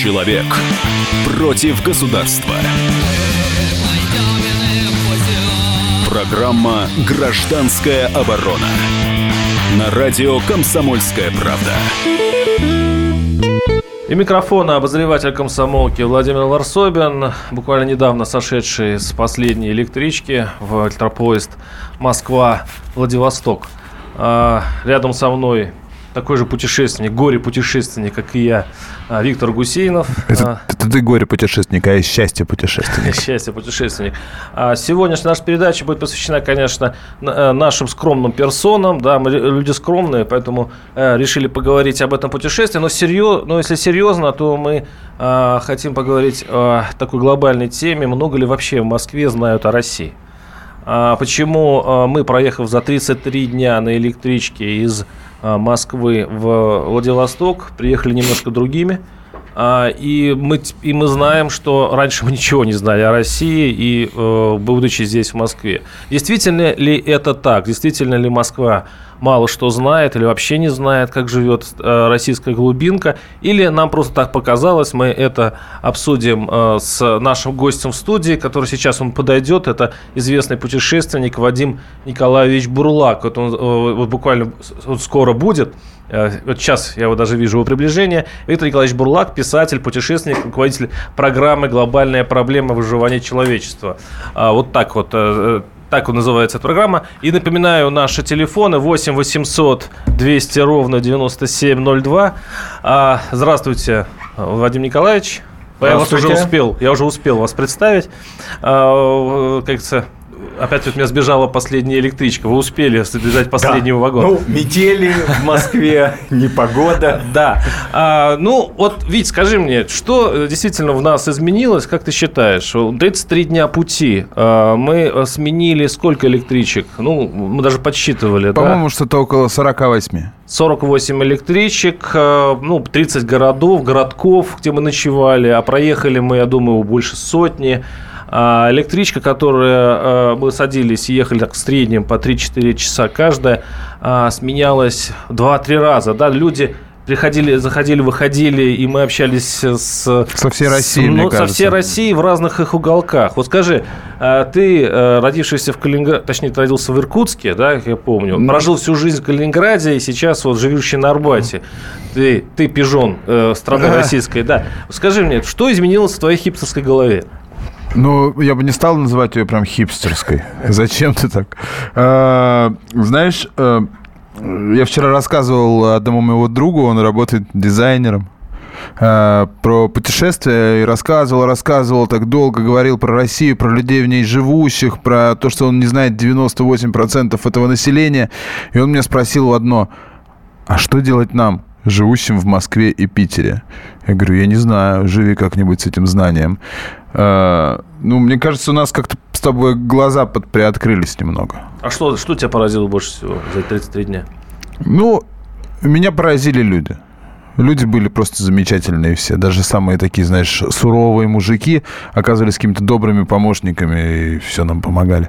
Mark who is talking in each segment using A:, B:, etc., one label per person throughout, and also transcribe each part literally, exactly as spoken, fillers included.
A: Человек против государства. Программа «Гражданская оборона». На радио «Комсомольская правда».
B: И микрофона обозреватель комсомолки Владимир Варсобин, буквально недавно сошедший с последней электрички в электропоезд Москва-Владивосток. А рядом со мной такой же путешественник, горе-путешественник, как и я, Виктор Гусейнов.
C: Это, это ты горе-путешественник, а я счастье-путешественник.
B: Счастье-путешественник. А сегодняшняя наша передача будет посвящена, конечно, нашим скромным персонам. Да, мы люди скромные, поэтому решили поговорить об этом путешествии. Но, серьез, но если серьезно, то мы а, хотим поговорить о такой глобальной теме. Много ли вообще в Москве знают о России? А, почему а, мы, проехав за тридцать три дня на электричке из Москвы в Владивосток, приехали немножко другими, и мы, и мы знаем, что раньше мы ничего не знали о России, и будучи здесь, в Москве. Действительно ли это так? Действительно ли Москва мало что знает или вообще не знает, как живет российская глубинка? Или нам просто так показалось? Мы это обсудим с нашим гостем в студии, который сейчас он подойдет. Это известный путешественник Вадим Николаевич Бурлак. Вот он вот буквально вот скоро будет. Вот сейчас я его даже вижу его приближение. Виктор Николаевич Бурлак, писатель, путешественник, руководитель программы «Глобальная проблема выживания человечества». Вот так вот. Так называется эта программа. И напоминаю, наши телефоны восемь восемьсот двести ровно девяносто семь ноль два. А, здравствуйте, Вадим Николаевич. Я вас уже успел, я уже успел вас представить. А, как говорится, опять от меня сбежала последняя электричка. Вы успели сбежать последнего да. вагона.
D: Ну, метели в Москве, непогода.
B: Да. А, ну, вот, Вить, скажи мне, что действительно в нас изменилось, как ты считаешь? тридцать три дня пути. А, мы сменили сколько электричек? Ну, мы даже подсчитывали.
C: По-моему,
B: да?
C: что-то около сорок восемь.
B: сорок восемь электричек, ну, тридцать городов, городков, где мы ночевали. А проехали мы, я думаю, больше сотни. А электричка, которая мы садились и ехали так в среднем по три-четыре часа каждая, сменялась два-три раза. Да? Люди приходили, заходили, выходили, и мы общались с...
C: Со всей Россией,
B: с,
C: мне
B: ну,
C: кажется.
B: Со всей Россией в разных их уголках. Вот скажи, ты, родившийся в Калининграде, точнее, ты родился в Иркутске, да, я помню, mm. прожил всю жизнь в Калининграде, и сейчас вот живущий на Арбате. Ты, ты пижон э, страны российской, да. Скажи мне, что изменилось в твоей хипстерской голове?
C: Ну, я бы не стал называть ее прям хипстерской. Зачем ты так? А, знаешь, я вчера рассказывал одному моему другу, он работает дизайнером, про путешествия, и рассказывал, рассказывал так долго, говорил про Россию, про людей в ней живущих, про то, что он не знает девяносто восемь процентов этого населения. И он меня спросил одно: а что делать нам, живущим в Москве и Питере? Я говорю, я не знаю, живи как-нибудь с этим знанием. Uh, ну, мне кажется, у нас как-то с тобой глаза подприоткрылись немного.
B: А что, что тебя поразило больше всего за тридцать три дня?
C: Ну, меня поразили люди. Люди были просто замечательные все. Даже самые такие, знаешь, суровые мужики оказывались какими-то добрыми помощниками и все нам помогали.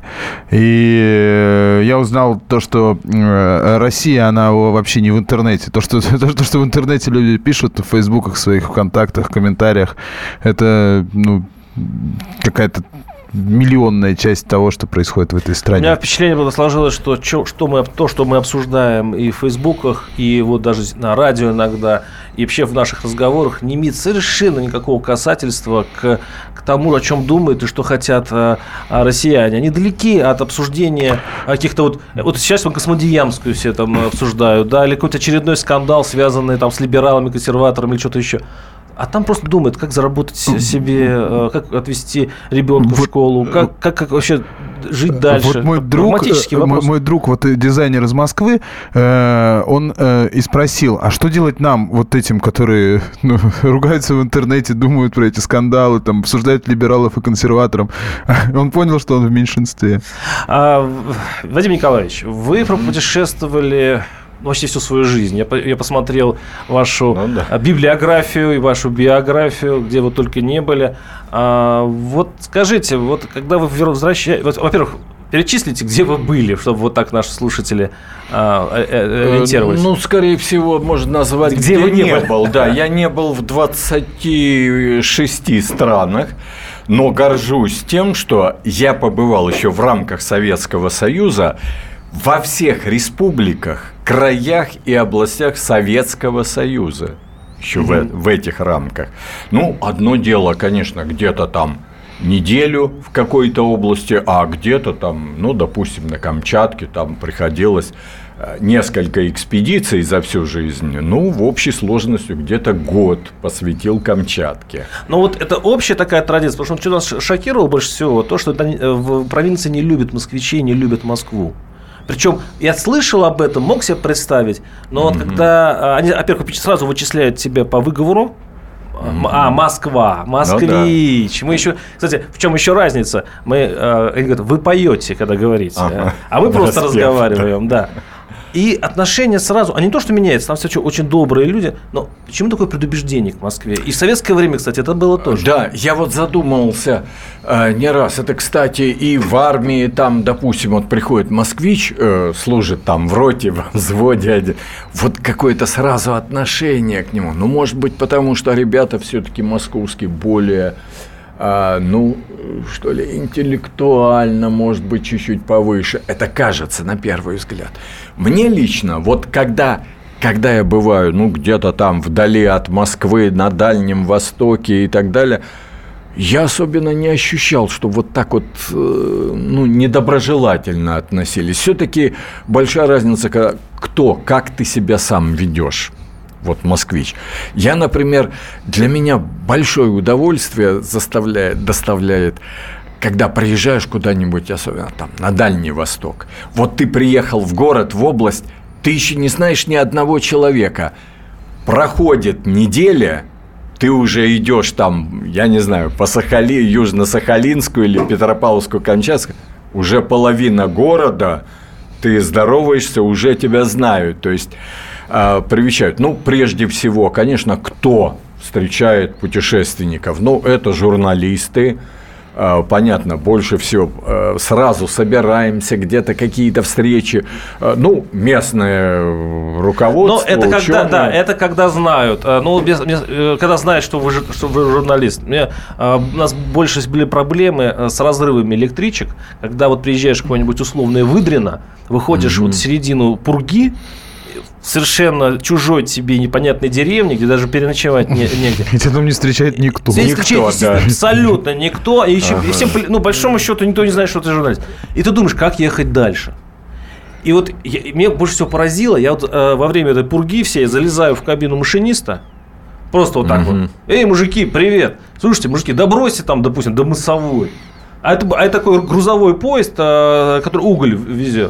C: И я узнал то, что Россия, она вообще не в интернете. То, что, то, что в интернете люди пишут в фейсбуках, в своих ВКонтактах, комментариях, это, ну, какая-то миллионная часть того, что происходит в этой стране.
B: У меня впечатление было сложилось, что, что мы, то, что мы обсуждаем и в фейсбуках, и вот даже на радио иногда, и вообще в наших разговорах, не имеет совершенно никакого касательства к, к тому, о чем думают и что хотят а, а, россияне. Они далеки от обсуждения каких-то вот... Вот сейчас мы Космодемьянскую все там обсуждают, да, или какой-то очередной скандал, связанный там с либералами, консерваторами или что-то еще. А там просто думают, как заработать себе, как отвезти ребенка вот, в школу, как, как, как вообще жить дальше.
C: Вот мой друг, мой, мой друг, вот дизайнер из Москвы, э, он э, и спросил, а что делать нам, вот этим, которые ну, ругаются в интернете, думают про эти скандалы, там, обсуждают либералов и консерваторов. Он понял, что он в меньшинстве.
B: А, Вадим Николаевич, вы пропутешествовали... почти всю свою жизнь. Я, я посмотрел вашу ну, да. библиографию и вашу биографию, где вы только не были. А, вот скажите, вот когда вы возвращаетесь... Вот, во-первых, перечислите, где вы были, чтобы вот так наши слушатели а, ориентировались.
D: Ну, скорее всего, можно назвать,
B: где,
D: где
B: вы не
D: был. был. Да, я не был в двадцати шести странах, но горжусь тем, что я побывал еще в рамках Советского Союза во всех республиках, краях и областях Советского Союза. Еще mm-hmm. в, в этих рамках. Ну, одно дело, конечно, где-то там неделю в какой-то области, а где-то там, ну, допустим, на Камчатке там приходилось несколько экспедиций за всю жизнь. Ну, в общей сложности где-то год посвятил Камчатке.
B: Ну, вот это общая такая традиция, потому что что нас шокировало больше всего, то, что в провинции не любят москвичей, не любят Москву. Причем я слышал об этом, мог себе представить, но mm-hmm. вот когда они, во-первых, сразу вычисляют тебя по выговору, mm-hmm. а, Москва, москвич, ну, да. мы еще, кстати, в чем еще разница? Мы, они говорят, вы поете, когда говорите, ага. а мы просто Распев, разговариваем, да. И отношения сразу, они не то, что меняются, там все очень добрые люди, но почему такое предубеждение к Москве? И в советское время, кстати, это было тоже.
D: Да, я вот задумался э, не раз. Это, кстати, и в армии, там, допустим, вот приходит москвич, э, служит там в роте, в взводе, вот какое-то сразу отношение к нему. Ну, может быть, потому что ребята все-таки московские более... А, ну, что ли, интеллектуально, может быть, чуть-чуть повыше. Это кажется на первый взгляд. Мне лично, вот когда, когда я бываю, ну, где-то там вдали от Москвы, на Дальнем Востоке и так далее, я особенно не ощущал, что вот так вот, ну, недоброжелательно относились. Все-таки большая разница, кто, как ты себя сам ведешь. Вот москвич. Я, например, для меня большое удовольствие заставляет, доставляет, когда приезжаешь куда-нибудь, особенно там на Дальний Восток. Вот ты приехал в город, в область, ты еще не знаешь ни одного человека. Проходит неделя, ты уже идешь там, я не знаю, по Сахали, Южно-Сахалинскую или Петропавловску-Камчатскую, уже половина города, ты здороваешься, уже тебя знают. То есть привечают. Ну, прежде всего, конечно, кто встречает путешественников? Ну, это журналисты. Понятно, больше всего сразу собираемся, где-то какие-то встречи. Ну, местное руководство,
B: Но это когда,
D: ученые.
B: Да, это когда знают. Ну, без, без, когда знают, что вы, что вы журналист. Мне, у нас больше были проблемы с разрывами электричек. Когда вот приезжаешь в какое-нибудь условное Выдрино, выходишь mm-hmm. вот в середину пурги, совершенно чужой тебе непонятной деревне, где даже переночевать не, негде.
C: И тебя там не встречает никто.
B: Здесь
C: никто,
B: встречает да. абсолютно никто. И, еще, ага. и всем, ну, большому счету, никто не знает, что ты журналист. И ты думаешь, как ехать дальше? И вот я, меня больше всего поразило, я вот э, во время этой пурги всей залезаю в кабину машиниста, просто вот так угу. вот. Эй, мужики, привет. Слушайте, мужики, да бросьте там, допустим, до Мысовой. А это, а это такой грузовой поезд, э, который уголь везет.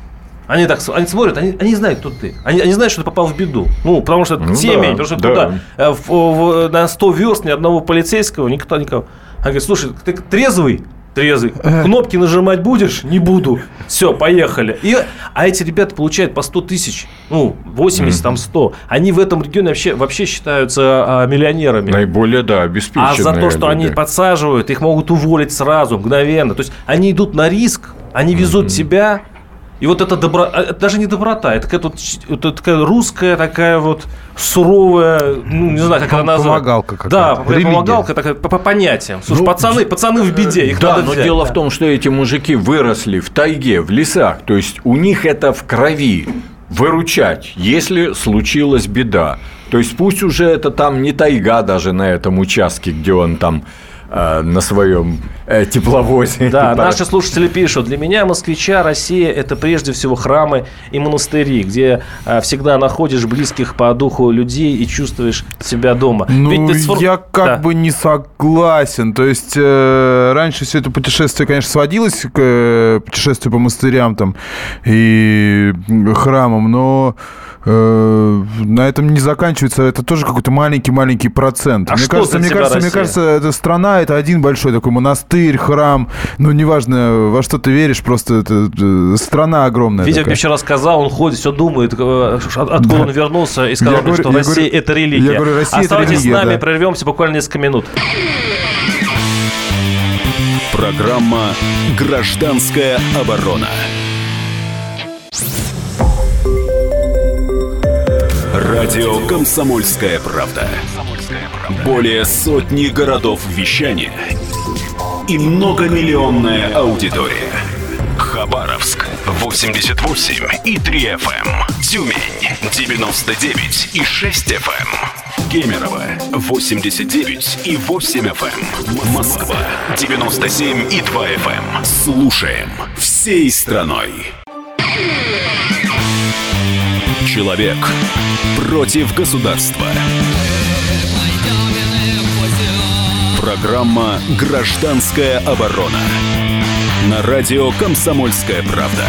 B: Они так они смотрят, они, они знают, кто ты. Они, они знают, что ты попал в беду. Ну, потому что ну, темень, да, потому что да. туда в, в, на сто верст ни одного полицейского, никто никого. Они говорят, слушай, ты трезвый? Трезвый. Кнопки нажимать будешь? Не буду. Все, поехали. И, а эти ребята получают по сто тысяч, ну, восемьдесят, там сто. Они в этом регионе вообще, вообще считаются а, миллионерами.
D: Наиболее, да, обеспеченные.
B: А за то, что люди. Они подсаживают, их могут уволить сразу, мгновенно. То есть они идут на риск, они везут mm-hmm. тебя. И вот это добро, это даже не доброта, это какая-то вот, такая русская, такая вот суровая, ну, не знаю, как она называется.
C: Помогалка какая-то.
B: Да, помогалка такая, по, по понятиям. Слушай, ну, пацаны, пацаны в беде, их
D: да,
B: надо
D: но
B: взять.
D: дело да. в том, что эти мужики выросли в тайге, в лесах, то есть у них это в крови выручать, если случилась беда. То есть пусть уже это там не тайга даже на этом участке, где он там на своем э, тепловозе.
B: Да, наши слушатели пишут: для меня, москвича, Россия – это прежде всего храмы и монастыри, где э, всегда находишь близких по духу людей и чувствуешь себя дома.
C: Ну,
B: Ведь сфор...
C: я как
B: да.
C: бы не согласен. То есть, э, раньше все это путешествие, конечно, сводилось к э, путешествию по монастырям там, и храмам, но э, на этом не заканчивается. Это тоже какой-то маленький-маленький процент.
B: А
C: мне
B: что
C: кажется, мне кажется, мне кажется, эта страна – это один большой такой монастырь, храм. Ну, неважно, во что ты веришь, просто это страна огромная.
B: Витя мне вчера сказал, он ходит, все думает, откуда да. он вернулся, и сказал, говорю, что Россия говорю, – это религия.
C: Я говорю, Россия
B: Оставайтесь
C: это религия,
B: с нами,
C: да.
B: прервемся буквально несколько минут.
A: Программа «Гражданская оборона». Радио «Комсомольская правда». Более сотни городов вещания и многомиллионная аудитория. Хабаровск восемьдесят восемь и три эф эм, Тюмень девяносто девять и шесть эф эм, Кемерово восемьдесят девять и восемь эф эм, Москва девяносто семь и два эф эм. Слушаем всей страной. Человек против государства. Программа «Гражданская оборона». На радио «Комсомольская правда».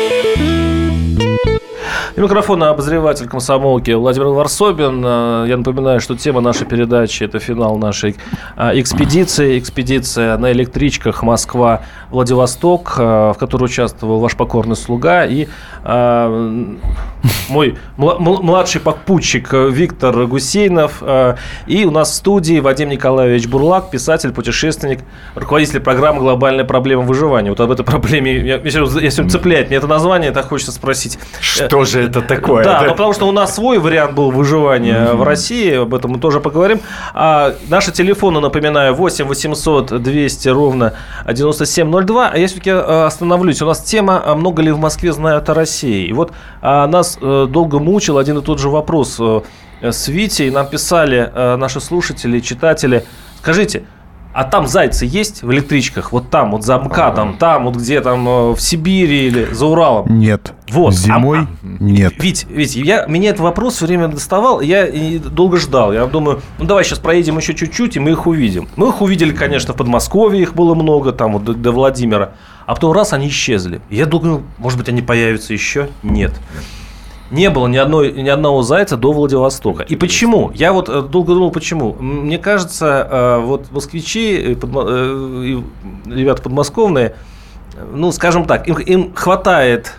B: И микрофон обозреватель комсомолки Владимир Варсобин. Я напоминаю, что тема нашей передачи – это финал нашей экспедиции. Экспедиция на электричках Москва-Владивосток, в которой участвовал ваш покорный слуга и мой младший попутчик Виктор Гусейнов. И у нас в студии Вадим Николаевич Бурлак, писатель, путешественник, руководитель программы «Глобальная проблема выживания». Вот об этой проблеме я, я сегодня цепляет мне это название, так хочется спросить.
D: Что же это такое?
B: Да, ну, потому что у нас свой вариант был выживания mm-hmm. в России, об этом мы тоже поговорим. А наши телефоны, напоминаю, восемь восемьсот двести ровно девяносто семь ноль два. А я все-таки остановлюсь. У нас тема «Много ли в Москве знают о России?» И вот а, нас а, долго мучил один и тот же вопрос а, с Витей. Нам писали а, наши слушатели, читатели. Скажите, а там зайцы есть в электричках? Вот там, вот за МКАДом, там, вот где там в Сибири или за Уралом?
C: Нет.
B: Вот.
C: Зимой
B: а,
C: нет.
B: Вить, Вить, я, меня этот вопрос все время доставал, я и долго ждал. Я думаю, ну давай сейчас проедем еще чуть-чуть, и мы их увидим. Мы их увидели, конечно, в Подмосковье, их было много, там вот до, до Владимира. А потом раз, они исчезли. Я думаю, может быть, они появятся еще? Нет. Не было ни, одной, ни одного зайца до Владивостока. И почему? Я вот долго думал, почему. Мне кажется, вот москвичи, ребята подмосковные, ну, скажем так, им, им хватает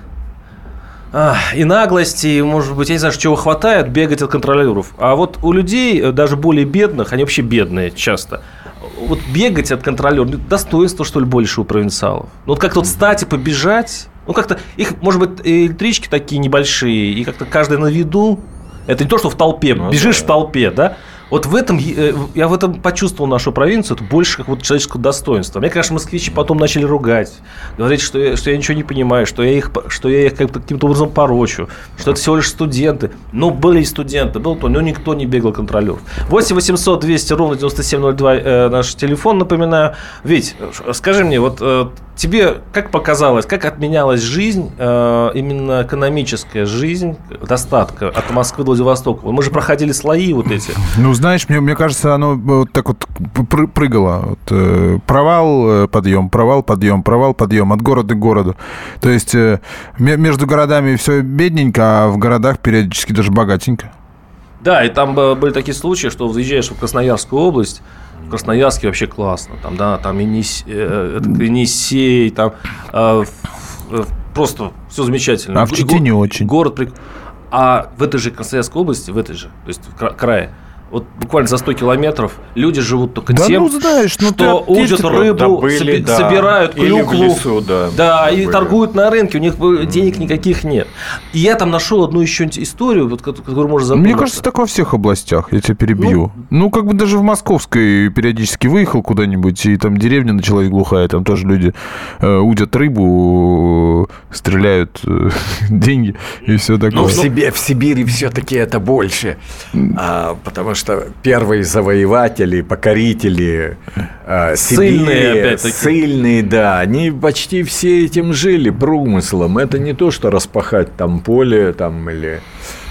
B: и наглости, и, может быть, я не знаю, чего хватает, бегать от контролеров. А вот у людей, даже более бедных, они вообще бедные часто, вот бегать от контролеров, достоинство, что ли, больше у провинциалов. Ну, вот как-то вот встать и побежать. Ну, как-то их, может быть, электрички такие небольшие, и как-то каждый на виду. Это не то, что в толпе, ну, бежишь да. в толпе, да? Вот в этом, я в этом почувствовал нашу провинцию, это больше как вот человеческого достоинства. Мне, конечно, москвичи потом начали ругать, говорить, что я, что я ничего не понимаю, что я их, что я их как-то каким-то образом порочу, что это всего лишь студенты. Ну, были и студенты, был то, но никто не бегал контролеров. восемь восемьсот двести ровно девяносто семь ноль два э, наш телефон, напоминаю. Вить, скажи мне, вот э, тебе как показалось, как отменялась жизнь, э, именно экономическая жизнь, достатка от Москвы до Владивостока? Мы же проходили слои вот эти.
C: Ну, знаешь, мне, мне кажется, оно вот так вот прыгало. Вот, э, провал, подъем, провал, подъем, провал, подъем от города к городу. То есть э, между городами все бедненько, а в городах периодически даже богатенько.
B: Да, и там были такие случаи, что заезжаешь в Красноярскую область, в Красноярске вообще классно. Там, да, там Енис, э, Енисей, там э, э, просто все замечательно.
C: А в Чите не очень.
B: Город, а в этой же Красноярской области, в этой же, то есть в крае, вот буквально за сто километров люди живут только да тем, ну, знаешь, ну, что удят рыбу, добыли, соби- да. собирают клюкву, лесу, да, да и торгуют на рынке, у них денег никаких нет. И я там нашел одну еще историю, вот, которую можно запомнить.
C: Мне кажется, так во всех областях, я тебя перебью. Ну, ну, как бы даже в Московской периодически выехал куда-нибудь, и там деревня началась глухая, там тоже люди э, удят рыбу, стреляют э, деньги и все такое.
D: Ну, в, Сибирь, в Сибири все-таки это больше, а, потому что что первые завоеватели, покорители э, Сибири, сильные, опять-таки. Сильные, да, они почти все этим жили промыслом. Это не то, что распахать там поле там, или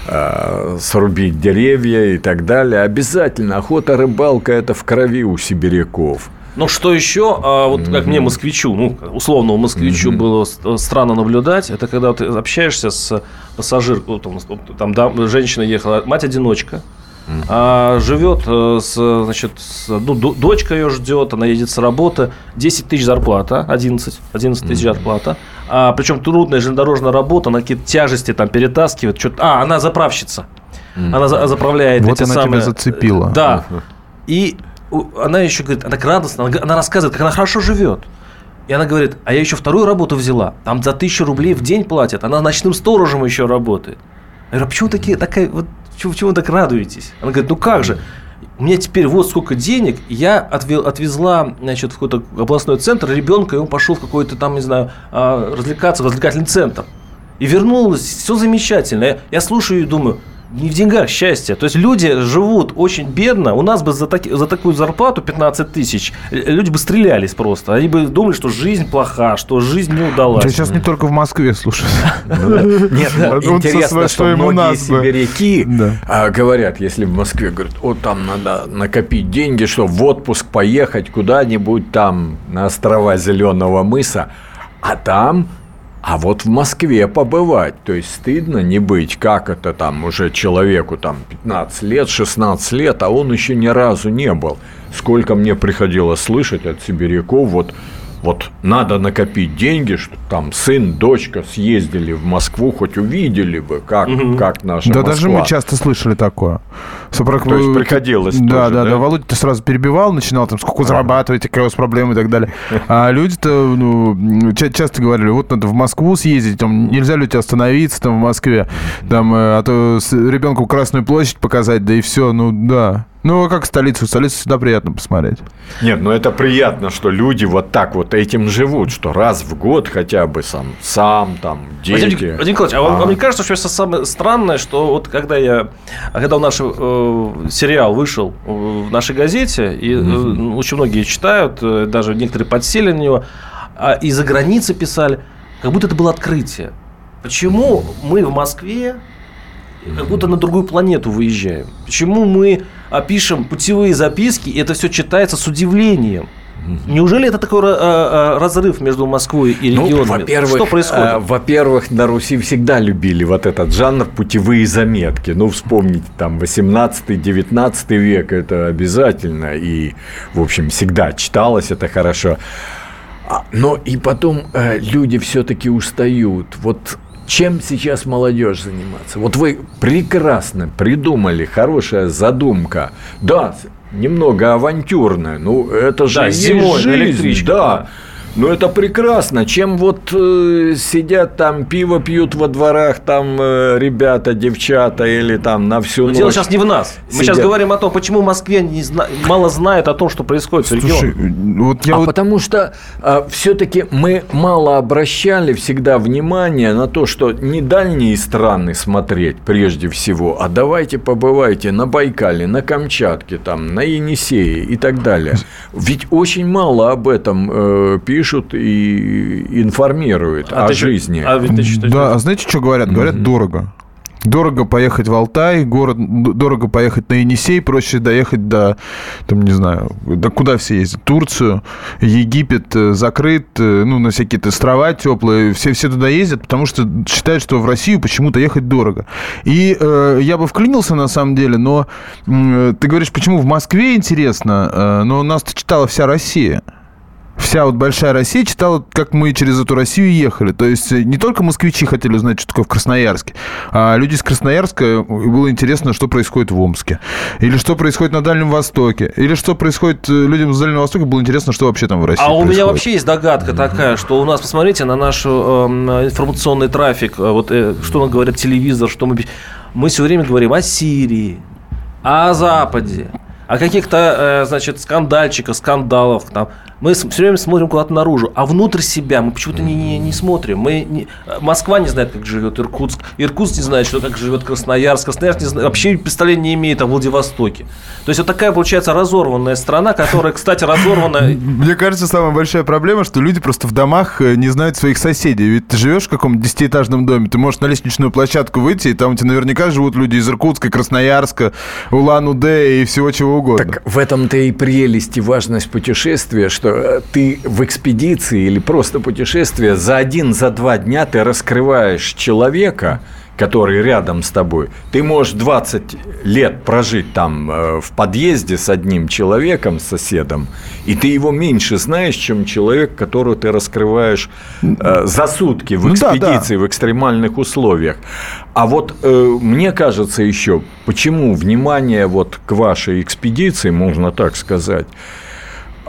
D: э, срубить деревья и так далее. Обязательно охота, рыбалка – это в крови у сибиряков.
B: Ну, что еще, а, вот как mm-hmm. мне, москвичу, ну, условному москвичу mm-hmm. было странно наблюдать, это когда ты общаешься с пассажиркой, там, там да, женщина ехала, мать-одиночка, Mm-hmm. а, живет с, значит, с, ну, дочка ее ждет, она едет с работы, десять тысяч зарплата, одиннадцать, одиннадцать тысяч mm-hmm. зарплата, а, причем трудная железнодорожная работа, она какие-то тяжести там перетаскивает, что-то, а, она заправщица, mm-hmm. она за, заправляет
C: вот
B: эти
C: она
B: самые...
C: тебя зацепила.
B: Да, uh-huh. и она еще говорит, она так радостно, она, она рассказывает, как она хорошо живет. И она говорит, а я еще вторую работу взяла. Там за тысячу рублей в день платят. Она ночным сторожем еще работает. Я говорю, а почему такие, такая, вот, почему, почему вы так радуетесь? Она говорит, ну как же, у меня теперь вот сколько денег, я отвезла, значит, в какой-то областной центр ребенка, и он пошел в какой-то там, не знаю, развлекаться, в развлекательный центр. И вернулась, все замечательно. Я, я слушаю и думаю, не в деньгах счастье. То есть люди живут очень бедно. У нас бы за, таки, за такую зарплату пятнадцать тысяч люди бы стрелялись просто. Они бы думали, что жизнь плоха, что жизнь не удалась.
C: Я сейчас не только в Москве слушаю.
D: Нет, интересно, что многие сибиряки говорят, если в Москве, говорят, о, там надо накопить деньги, что в отпуск поехать куда-нибудь там на острова Зеленого мыса, а там... А вот в Москве побывать, то есть стыдно не быть, как это там уже человеку там пятнадцать лет, шестнадцать лет, а он еще ни разу не был. Сколько мне приходилось слышать от сибиряков, вот, вот надо накопить деньги, что там сын, дочка съездили в Москву, хоть увидели бы, как, угу. как наша
C: да,
D: Москва.
C: Да, даже мы часто слышали такое. Сопрок...
D: То есть приходилось
C: да,
D: тоже,
C: да,
D: да?
C: да, Володя ты сразу перебивал, начинал там, сколько зарабатываете, какие у вас проблемы и так далее. А люди-то ну, часто говорили, вот надо в Москву съездить, там, нельзя ли у тебя остановиться там в Москве, там, а то ребенку Красную площадь показать, да и все, ну да. Ну, а как столицу? Столицу всегда приятно посмотреть.
D: Нет, ну это приятно, что люди вот так вот этим живут, что раз в год хотя бы сам, сам там, дети.
B: Вадим, Вадим Николаевич, а, а вам не кажется, что сейчас самое странное, что вот когда я, когда у нас э, сериал вышел в нашей газете, и mm-hmm. э, очень многие читают, э, даже некоторые подсели на него, а из-за границы писали, как будто это было открытие. Почему мы в Москве как будто на другую планету выезжаем? Почему мы пишем путевые записки, и это все читается с удивлением? Неужели это такой разрыв между Москвой и регионами? Ну,
D: во-первых,
B: что происходит?
D: Во-первых, на Руси всегда любили вот этот жанр путевые заметки. Ну, вспомните, там, восемнадцатый-девятнадцатый век, это обязательно. И, в общем, всегда читалось это хорошо. Но и потом люди все-таки устают. Вот чем сейчас молодежь заниматься? Вот вы прекрасно придумали, хорошая задумка. Да, немного авантюрная, ну это же
B: да,
D: есть
B: зимой
D: жизнь,
B: электричка,
D: да.
B: да.
D: Ну это прекрасно. Чем вот э, сидят там, пиво пьют во дворах, там э, ребята, девчата или там на всю
B: Но
D: ночь.
B: Дело сейчас не в нас. Мы
D: сидят.
B: сейчас говорим о том, почему в Москве не зна... мало знают о том, что происходит в регионе.
C: Вот я
D: а
C: вот...
D: потому что а, все-таки мы мало обращали всегда внимание на то, что не дальние страны смотреть прежде всего, а давайте побывайте на Байкале, на Камчатке, там, на Енисее и так далее. Ведь очень мало об этом э, пишут. пишут и информируют а о жизни.
B: А ведь ты считаешь,
C: да, а знаете, что говорят? Говорят, mm-hmm. дорого. Дорого поехать в Алтай, город, дорого поехать на Енисей, проще доехать до, там, не знаю, до куда все ездят, Турцию, Египет закрыт, ну, на всякие острова теплые, все, все туда ездят, потому что считают, что в Россию почему-то ехать дорого. И э, я бы вклинился, на самом деле, но э, ты говоришь, почему в Москве интересно, э, но нас-то читала вся Россия. Вся вот большая Россия читала, как мы через эту Россию ехали. То есть не только москвичи хотели узнать, что такое в Красноярске, а люди из Красноярска, было интересно, что происходит в Омске. Или что происходит на Дальнем Востоке. Или что происходит людям с Дальнего Востока, было интересно, что вообще там в России
B: А
C: происходит.
B: у меня вообще есть догадка такая, что у нас, посмотрите, на наш э, информационный трафик, вот э, что нам говорят телевизор, что мы... Мы все время говорим о Сирии, о Западе, о каких-то, значит, скандальчиках, скандалах. Там. Мы все время смотрим куда-то наружу, а внутрь себя мы почему-то не, не, не смотрим. Мы не... Москва не знает, как живет Иркутск. Иркутск не знает, что, как живет Красноярск. Красноярск не знает, вообще представления не имеет о Владивостоке. То есть вот такая, получается, разорванная страна, которая, кстати, разорвана...
C: Мне кажется, самая большая проблема, что люди просто в домах не знают своих соседей. Ведь ты живешь в каком-то десятиэтажном доме, ты можешь на лестничную площадку выйти, и там у тебя наверняка живут люди из Иркутска, Красноярска, Улан-Удэ и всего чего угодно.
D: Так в этом-то и прелесть и важность путешествия, что ты в экспедиции или просто путешествие за один, за два дня ты раскрываешь человека, который рядом с тобой. Ты можешь двадцать лет прожить там в подъезде с одним человеком, с соседом, и ты его меньше знаешь, чем человек, которого ты раскрываешь э, за сутки в экспедиции, ну, да, да. в экстремальных условиях. А вот э, мне кажется еще, почему внимание вот к вашей экспедиции, можно так сказать,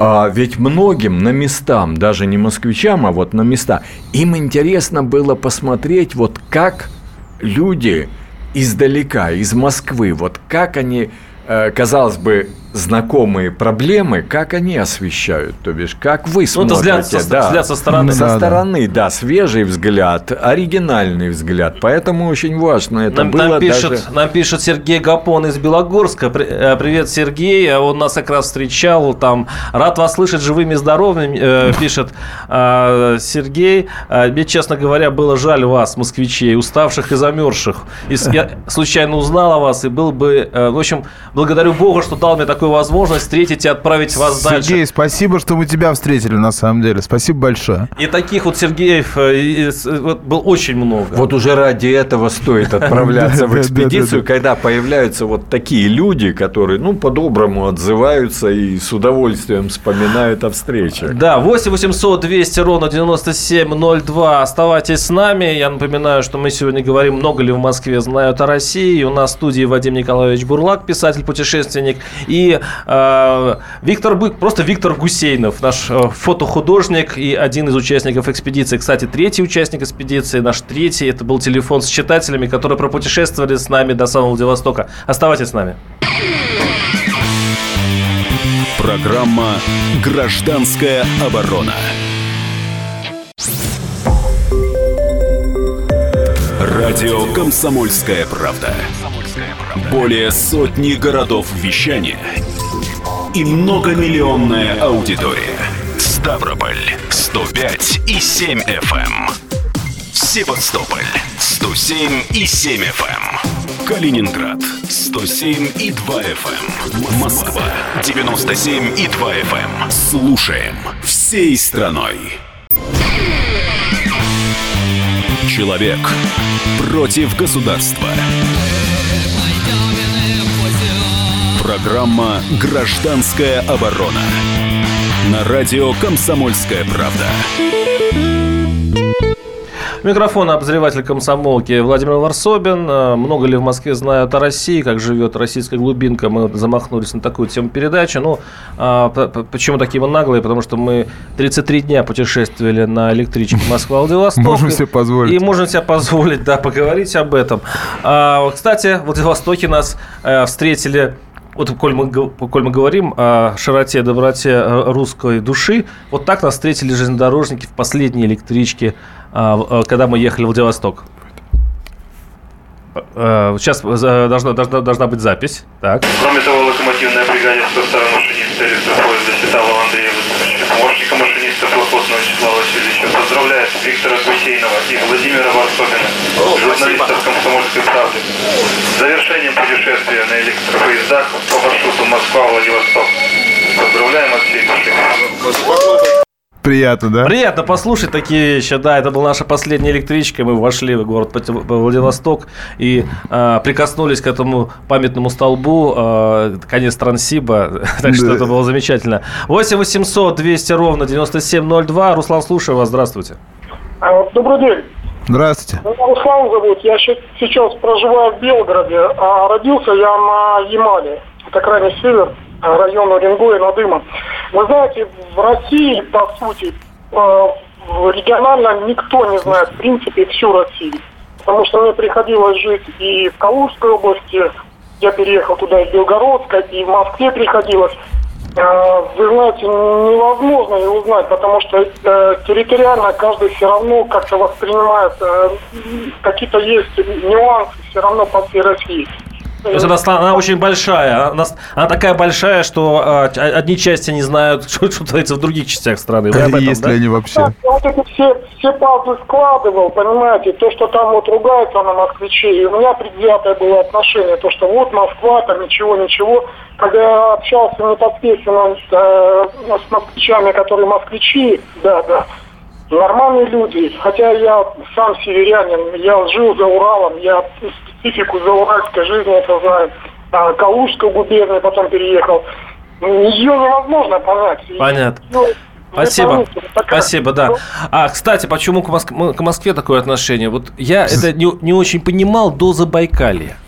D: А ведь многим на местам, даже не москвичам, а вот на места, им интересно было посмотреть, вот как люди издалека, из Москвы, вот как они, казалось бы, знакомые проблемы, как они освещают, то бишь, как вы смотрите. Ну,
B: это взгляд,
D: да,
B: со, взгляд со стороны.
D: Со да, стороны, да. да, свежий взгляд, оригинальный взгляд, поэтому очень важно это
B: нам,
D: было
B: нам пишет,
D: даже...
B: Нам пишет Сергей Гапон из Белогорска. Привет, Сергей, он нас как раз встречал там. Рад вас слышать живыми и здоровыми, пишет Сергей. Мне, честно говоря, было жаль вас, москвичей, уставших и замерзших. Я случайно узнал о вас и был бы... В общем, благодарю Бога, что дал мне такую возможность встретить и отправить вас
C: Сергей,
B: дальше.
C: Сергей, спасибо, что мы тебя встретили, на самом деле. Спасибо большое.
B: И таких вот Сергеев было очень много.
D: Вот уже ради этого стоит отправляться в экспедицию, когда появляются вот такие люди, которые, ну, по-доброму отзываются и с удовольствием вспоминают о встрече.
B: Да, восемь восемьсот двести ровно девяносто семь ноль два. Оставайтесь с нами. Я напоминаю, что мы сегодня говорим, много ли в Москве знают о России. У нас в студии Вадим Николаевич Бурлак, писатель-путешественник, и э, Виктор Бык, просто Виктор Гусейнов, наш э, фотохудожник и один из участников экспедиции. Кстати, третий участник экспедиции, наш третий, это был телефон с читателями, которые пропутешествовали с нами до самого Владивостока. Оставайтесь с нами.
A: Программа «Гражданская оборона». Радио «Комсомольская правда». Более сотни городов вещания и многомиллионная аудитория. Ставрополь сто пять и семь эф эм. Севастополь сто семь и семь эф эм. Калининград сто семь и два эф эм. Москва девяносто семь и два эф эм. Слушаем всей страной. Человек против государства. Программа «Гражданская оборона». На радио «Комсомольская правда».
B: Микрофон обозреватель комсомолки Владимир Варсобин. Много ли в Москве знают о России, как живет российская глубинка? Мы замахнулись на такую тему передачи. Ну, а, почему такие мы наглые? Потому что мы тридцать три дня путешествовали на электричке Москва-Владивосток.
C: Можем себе позволить.
B: И можем себе позволить, да, поговорить об этом. А, кстати, в Владивостоке нас а, встретили... Вот, коль мы, коль мы говорим о широте и доброте русской души, вот так нас встретили железнодорожники в последней электричке, когда мы ехали в Владивосток. Сейчас должна, должна, должна быть запись. Так.
E: Кроме того, локомотивная бригада в составе машиниста электропоезда Сеталова Андрея Владимировича, помощника машиниста Плохотного Вячеслава Васильевича, поздравляет Виктора Гусейнова и Владимира Варсобина, журналистов «Комсомольской правды», с завершением путешествия на электропоездах по маршруту Москва-Владивосток. Поздравляем от всей души.
C: Приятно, да?
B: Приятно послушать такие вещи. Да, это была наша последняя электричка. Мы вошли в город Владивосток и э, прикоснулись к этому памятному столбу. Э, конец Транссиба. Так что да. Это было замечательно. восемь восемьсот двести ровно девяносто семь ноль два. Руслан, слушаю вас. Здравствуйте.
F: Добрый день.
C: Здравствуйте.
F: Меня Руслан зовут. Я сейчас проживаю в Белгороде. А родился я на Ямале. Это крайний север. Район Уренгоя, Надыма. Вы знаете, в России, по сути, регионально никто не знает, в принципе, всю Россию. Потому что мне приходилось жить и в Калужской области, я переехал туда из Белгородска, и в Москве приходилось. Вы знаете, невозможно ее узнать, потому что территориально каждый все равно как-то воспринимает, какие-то есть нюансы все равно по всей России.
B: То есть она, она очень большая, она, она такая большая, что э, одни части не знают, что, что творится в других частях страны. Вы об этом,
C: есть
B: да?
C: ли они вообще?
F: Да, вот эти все, все пазлы складывал, понимаете, то, что там вот ругаются на москвичей, и у меня предвзятое было отношение, то, что вот Москва, там ничего-ничего. Когда я общался непосредственно с, э, с москвичами, которые москвичи, да, да, нормальные люди, хотя я сам северянин, я жил за Уралом, я специфику зауральской жизни это знаю, а, Калужскую губернию потом переехал, ее невозможно понять.
B: Понятно.
F: Ну,
B: Спасибо. Спасибо, да. А, кстати, почему к Москве, к Москве такое отношение? Вот я это не, не очень понимал до Забайкалья.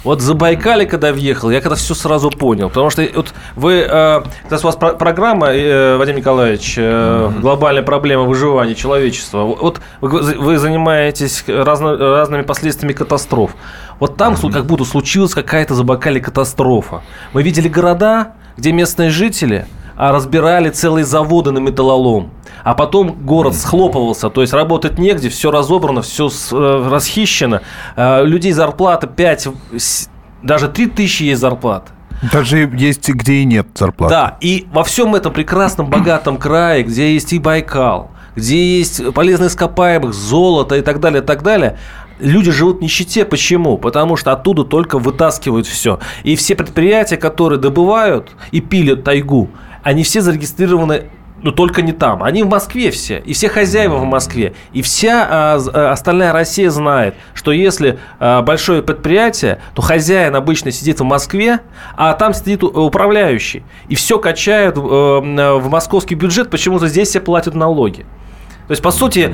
B: Вот в Забайкалье, когда въехал, я когда все сразу понял. Потому что вот вы, э, когда у вас про- программа, э, Вадим Николаевич, э, mm-hmm. глобальная проблема выживания человечества, вот вы, вы занимаетесь разно, разными последствиями катастроф. Вот там mm-hmm. как будто случилась какая-то в Забайкалье катастрофа. Мы видели города, где местные жители разбирали целые заводы на металлолом. А потом город схлопывался, то есть работать негде, все разобрано, все расхищено. Людей зарплата пять, даже три тысячи есть зарплата.
C: Даже есть, где и нет зарплаты.
B: Да, и во всем этом прекрасном, богатом крае, где есть и Байкал, где есть полезные ископаемых, золото и так далее, и так далее, люди живут в нищете. Почему? Потому что оттуда только вытаскивают все. И все предприятия, которые добывают и пилят тайгу, они все зарегистрированы, но только не там. Они в Москве все. И все хозяева в Москве. И вся а, остальная Россия знает, что если а, большое предприятие, то хозяин обычно сидит в Москве, а там сидит управляющий. И все качают а, в московский бюджет. Почему-то здесь все платят налоги. То есть, по сути,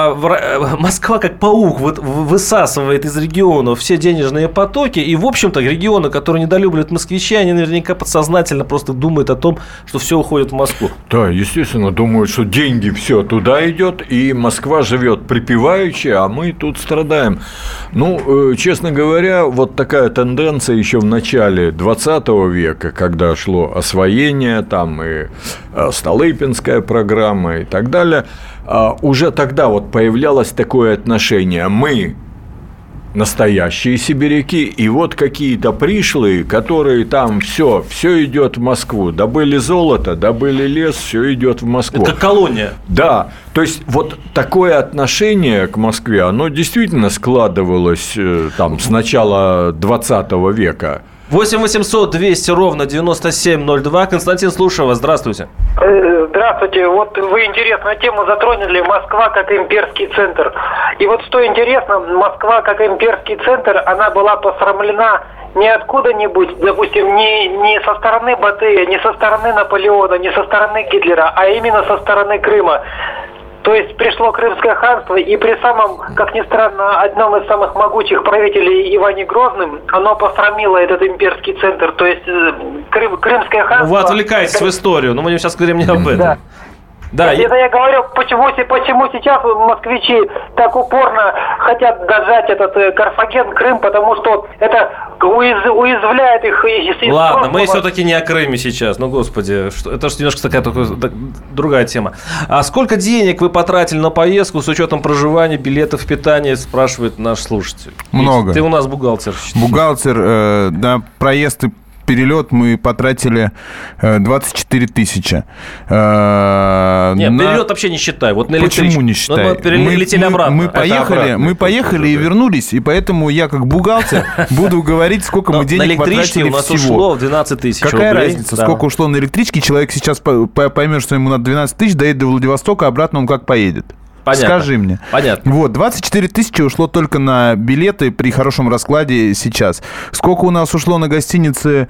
B: Москва как паук высасывает из регионов все денежные потоки, и, в общем-то, регионы, которые недолюбливают москвичи, они наверняка подсознательно просто думают о том, что все уходит в Москву.
D: Да, естественно, думают, что деньги все туда идет, и Москва живет припеваючи, а мы тут страдаем. Ну, честно говоря, вот такая тенденция еще в начале двадцатого века, когда шло освоение, там и Столыпинская программа и так далее, уже тогда вот появлялось такое отношение. Мы настоящие сибиряки, и вот какие-то пришлые, которые там все, все идет в Москву. Добыли золото, добыли лес, все идет в Москву.
B: Это колония.
D: Да, то есть вот такое отношение к Москве, оно действительно складывалось там с начала двадцатого века.
B: восемь восемьсот двести ровно девяносто семь ноль два. Константин, слушаю вас. Здравствуйте.
G: Здравствуйте. Вот вы интересную тему затронули. Москва как имперский центр. И вот что интересно, Москва как имперский центр, она была посрамлена не откуда-нибудь, допустим, не, не со стороны Батыя, не со стороны Наполеона, не со стороны Гитлера, а именно со стороны Крыма. То есть пришло Крымское ханство, и при самом, как ни странно, одном из самых могучих правителей Иване Грозным, оно посрамило этот имперский центр. То есть Крым, Крымское ханство...
B: Вы отвлекаетесь в историю, но мы сейчас говорим не об этом.
G: Да.
B: Да,
G: это я... я говорю, почему, почему сейчас москвичи так упорно хотят дожать этот Карфаген, Крым, потому что это уяз... уязвляет их. Из
B: Ладно,
G: прошлого.
B: мы все-таки не о Крыме сейчас. Ну, господи, что... это же немножко такая только... другая тема. А сколько денег вы потратили на поездку с учетом проживания, билетов, питания, спрашивает наш слушатель.
C: Много.
B: Ты у нас бухгалтер.
C: Бухгалтер, э, на проезд и перелет мы потратили двадцать четыре тысячи.
B: Э, Нет, на... перелет вообще не считай. Вот на
C: Почему не считай?
B: Мы перелетели
C: мы,
B: обратно.
C: Мы поехали, мы поехали и вернулись, и поэтому я как бухгалтер буду говорить, сколько мы денег потратили
B: у нас
C: всего.
B: ушло в двенадцать тысяч рублей.
C: Какая разница,
B: да.
C: сколько ушло на электричке? Человек сейчас поймет, что ему надо двенадцать тысяч, доедет до Владивостока, а обратно он как поедет?
B: Понятно.
C: Скажи мне.
B: Понятно.
C: Вот, двадцать четыре тысячи ушло только на билеты при хорошем раскладе сейчас. Сколько у нас ушло на гостиницы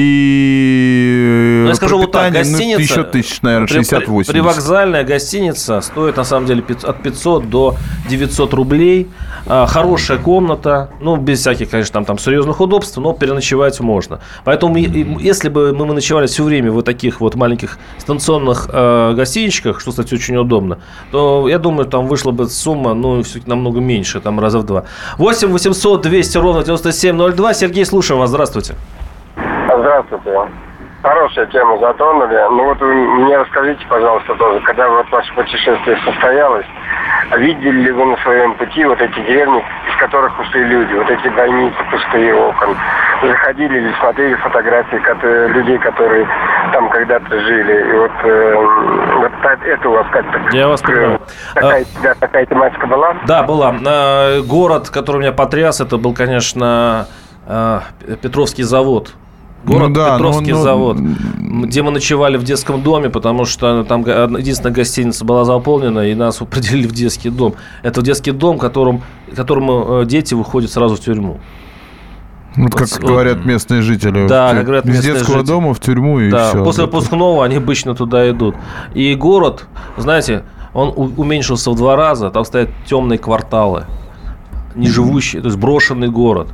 C: и...
B: Ну, я скажу вот так, гостиница...
C: Ну, еще тысяч, наверное, шестьдесят восемь.
B: Привокзальная гостиница стоит, на самом деле, от пятисот до девятисот рублей. Хорошая комната, ну, без всяких, конечно, там, там серьезных удобств, но переночевать можно. Поэтому, если бы мы ночевали все время в вот таких вот маленьких станционных э, гостиничках, что, кстати, очень удобно, то, я думаю, там вышла бы сумма, ну, все-таки намного меньше, там раза в два. восемь восемьсот двести ровно девяносто семь ноль два. Сергей, слушаем вас. Здравствуйте.
H: Здравствуйте. Хорошую тему затронули. Ну вот вы мне расскажите, пожалуйста, тоже, когда вот ваше путешествие состоялось, видели ли вы на своем пути вот эти деревни, из которых ушли люди, вот эти бойницы, пустые окон? Заходили ли, смотрели фотографии которые, людей, которые там когда-то жили? И вот, э, вот это у вас как-то...
B: Я вас понимаю.
H: Такая, а... да, такая тематика была?
B: Да, была. Город, который меня потряс, это был, конечно, Петровский завод. Город ну, да, Петровский ну, ну, завод, где мы ночевали в детском доме, потому что там единственная гостиница была заполнена, и нас определили в детский дом. Это детский дом, которым, которому дети выходят сразу в тюрьму.
C: Вот как вот, говорят местные жители.
B: Да, как говорят местные
C: жители. Из детского
B: жители.
C: дома в тюрьму и
B: да,
C: все.
B: После выпускного они обычно туда идут. И город, знаете, он уменьшился в два раза. Там стоят темные кварталы, неживущие, то есть брошенный город.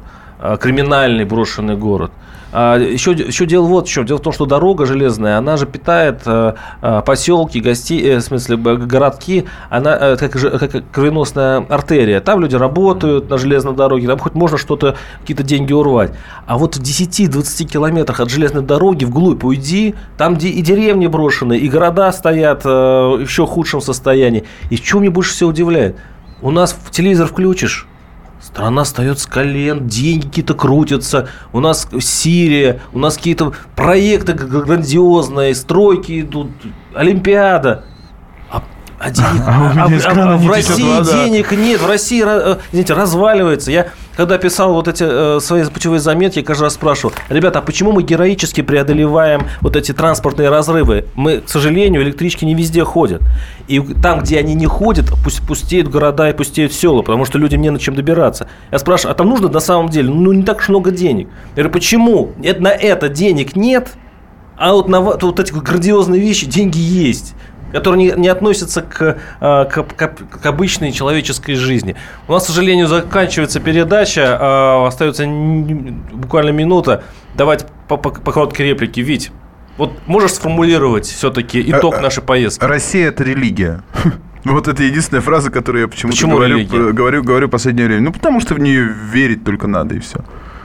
B: криминальный брошенный город. Еще, еще дело вот в чем. Дело в том, что дорога железная, она же питает поселки, гости, в смысле городки, она как, как кровеносная артерия. Там люди работают на железной дороге, там хоть можно что-то, какие-то деньги урвать. А вот в десяти-двадцати километрах от железной дороги вглубь уйди, там и деревни брошены, и города стоят в еще худшем состоянии. И что мне больше всего удивляет? У нас в телевизор включишь, страна встает с колен, деньги какие-то крутятся, у нас Сирия, у нас какие-то проекты грандиозные, стройки идут, Олимпиада. А, а, денег, а, а, а, а в России денег нет, в России, извините, разваливается. Я когда писал вот эти э, свои путевые заметки, я каждый раз спрашивал: ребята, а почему мы героически преодолеваем вот эти транспортные разрывы? Мы, к сожалению, электрички не везде ходят. И там, где они не ходят, пусть пустеют города и пустеют села, потому что людям не на чем добираться. Я спрашиваю: а там нужно на самом деле, ну, не так уж много денег. Я говорю: почему? Это, на это денег нет, а вот на вот эти грандиозные вещи деньги есть, которые не, не относятся к, к, к, к обычной человеческой жизни. У нас, к сожалению, заканчивается передача, а остается буквально минута. Давайте по, по, по короткой реплике. Вить, вот можешь сформулировать все-таки итог нашей поездки?
C: Россия – это религия. Вот это единственная фраза, которую я почему-то
B: Почему
C: говорю, говорю, говорю в последнее время. Ну, потому что в нее верить только надо, и все.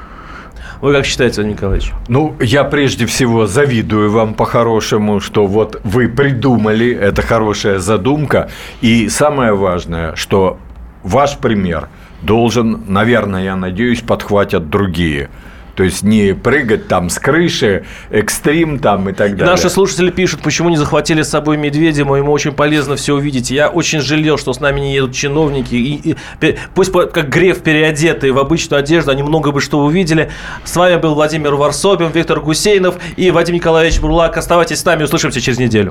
B: Вы как считаете, Владимир Николаевич?
D: Ну, я прежде всего завидую вам по-хорошему, что вот вы придумали, это хорошая задумка. И самое важное, что ваш пример должен, наверное, я надеюсь, подхватят другие. То есть не прыгать там с крыши, экстрим там и так далее.
B: И наши слушатели пишут, почему не захватили с собой медведя, ему очень полезно все увидеть. Я очень жалел, что с нами не едут чиновники. И, и, пусть как Греф переодетые в обычную одежду, они много бы что увидели. С вами был Владимир Варсобин, Виктор Гусейнов и Вадим Николаевич Бурлак. Оставайтесь с нами, услышимся через неделю.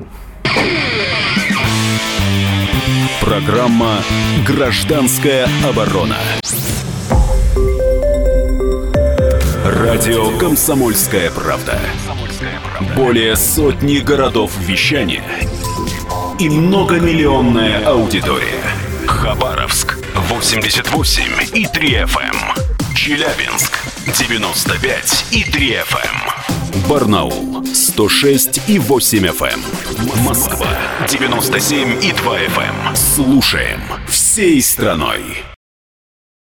A: Программа «Гражданская оборона». Радио «Комсомольская правда». Более сотни городов вещания и многомиллионная аудитория. Хабаровск восемьдесят восемь и три эф эм, Челябинск девяносто пять и три эф эм, Барнаул сто шесть и восемь эф эм, Москва девяносто семь и два эф эм. Слушаем всей страной.